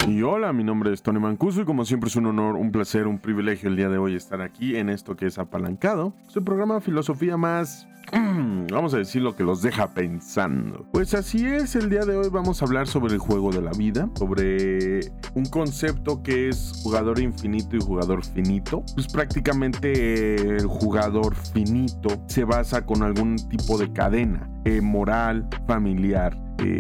Y hola, mi nombre es Tony Mancuso y como siempre es un honor, un placer, un privilegio el día de hoy estar aquí en esto que es Apalancado, su programa de filosofía más, vamos a decir lo que los deja pensando. Pues así es, el día de hoy vamos a hablar sobre el juego de la vida, sobre un concepto que es jugador infinito y jugador finito. Pues prácticamente el jugador finito se basa con algún tipo de cadena moral, familiar,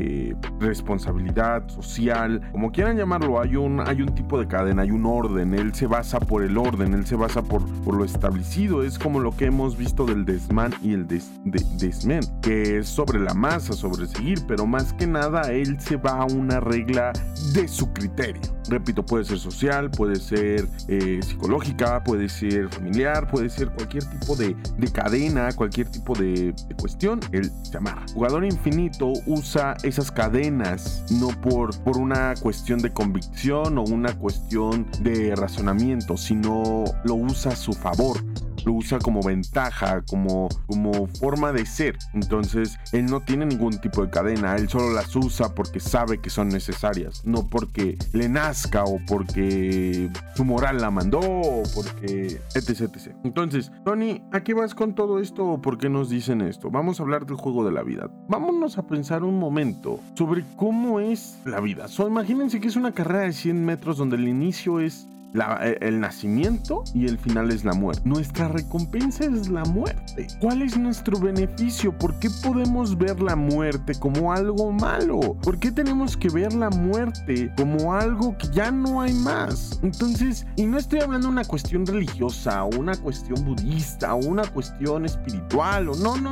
responsabilidad social, como quieran llamarlo. Hay un tipo de cadena, hay un orden. Él se basa por el orden, él se basa por lo establecido. Es como lo que hemos visto del desmán y el desmén, que es sobre la masa, sobre seguir, pero más que nada él se va a una regla de su criterio. Repito, puede ser social, puede ser psicológica, puede ser familiar, puede ser cualquier tipo de cadena, cualquier tipo de cuestión. Él se amarra. Jugador infinito usa esas cadenas no por una cuestión de convicción o una cuestión de razonamiento, sino lo usa a su favor. Lo usa como ventaja, como forma de ser. Entonces, él no tiene ningún tipo de cadena. Él solo las usa porque sabe que son necesarias. No porque le nazca o porque su moral la mandó o porque etc. Entonces, Tony, ¿a qué vas con todo esto o por qué nos dicen esto? Vamos a hablar del juego de la vida. Vámonos a pensar un momento sobre cómo es la vida. Imagínense que es una carrera de 100 metros donde el inicio es el nacimiento y el final es la muerte. Nuestra recompensa es la muerte. ¿Cuál es nuestro beneficio? ¿Por qué podemos ver la muerte como algo malo? ¿Por qué tenemos que ver la muerte como algo que ya no hay más? Entonces, y no estoy hablando de una cuestión religiosa o una cuestión budista o una cuestión espiritual o no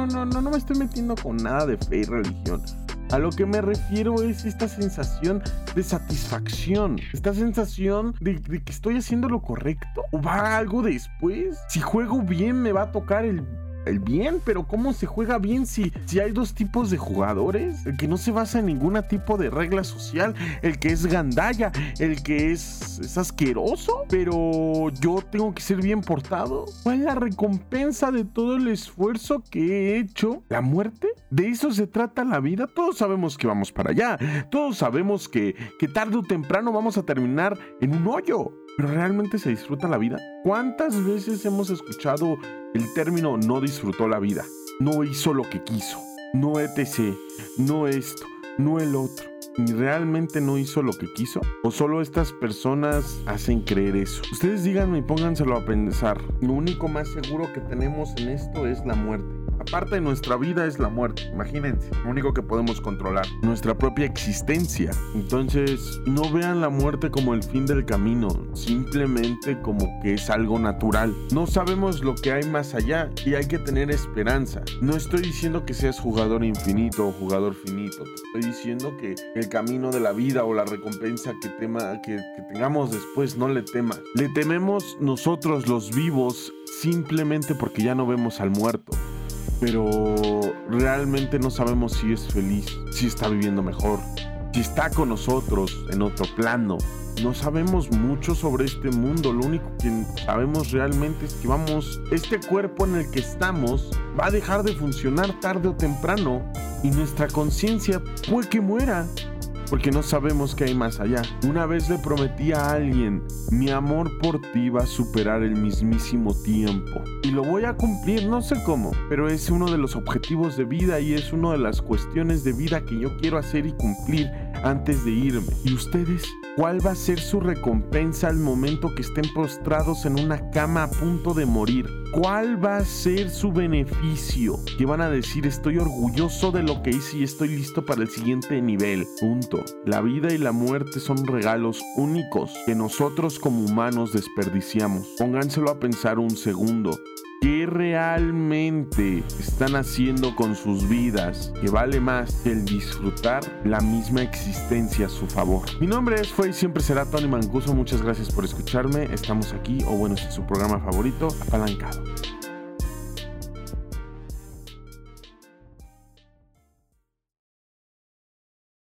me estoy metiendo con nada de fe y religión. A lo que me refiero es esta sensación de satisfacción, esta sensación de que estoy haciendo lo correcto o va algo después. Si juego bien me va a tocar el bien, pero ¿cómo se juega bien si hay dos tipos de jugadores? El que no se basa en ningún tipo de regla social, el que es gandalla, el que es asqueroso, pero yo tengo que ser bien portado. ¿Cuál es la recompensa de todo el esfuerzo que he hecho? ¿La muerte? ¿De eso se trata la vida? Todos sabemos que vamos para allá, todos sabemos que tarde o temprano vamos a terminar en un hoyo. ¿Pero realmente se disfruta la vida? ¿Cuántas veces hemos escuchado el término no disfrutó la vida? No hizo lo que quiso, no etc, no esto, no el otro. ¿Y realmente no hizo lo que quiso? ¿O solo estas personas hacen creer eso? Ustedes díganme y pónganselo a pensar. Lo único más seguro que tenemos en esto es la muerte. Aparte de nuestra vida es la muerte, imagínense, lo único que podemos controlar, nuestra propia existencia. Entonces, no vean la muerte como el fin del camino, simplemente como que es algo natural. No sabemos lo que hay más allá y hay que tener esperanza. No estoy diciendo que seas jugador infinito o jugador finito, te estoy diciendo que el camino de la vida o la recompensa que tengamos después, no le temas. Le tememos nosotros los vivos simplemente porque ya no vemos al muerto. Pero realmente no sabemos si es feliz, si está viviendo mejor, si está con nosotros en otro plano. No sabemos mucho sobre este mundo. Lo único que sabemos realmente es que este cuerpo en el que estamos va a dejar de funcionar tarde o temprano y nuestra conciencia puede que muera. Porque no sabemos qué hay más allá. Una vez le prometí a alguien, mi amor por ti va a superar el mismísimo tiempo. Y lo voy a cumplir, no sé cómo, pero es uno de los objetivos de vida y es una de las cuestiones de vida que yo quiero hacer y cumplir antes de irme. ¿Y ustedes? ¿Cuál va a ser su recompensa al momento que estén postrados en una cama a punto de morir? ¿Cuál va a ser su beneficio? Que van a decir, estoy orgulloso de lo que hice y estoy listo para el siguiente nivel. Punto. La vida y la muerte son regalos únicos que nosotros como humanos desperdiciamos. Pónganselo a pensar un segundo. ¿Qué realmente están haciendo con sus vidas que vale más que el disfrutar la misma existencia a su favor? Mi nombre fue y siempre será Tony Mancuso. Muchas gracias por escucharme. Estamos aquí, o bueno, es su programa favorito, Apalancado.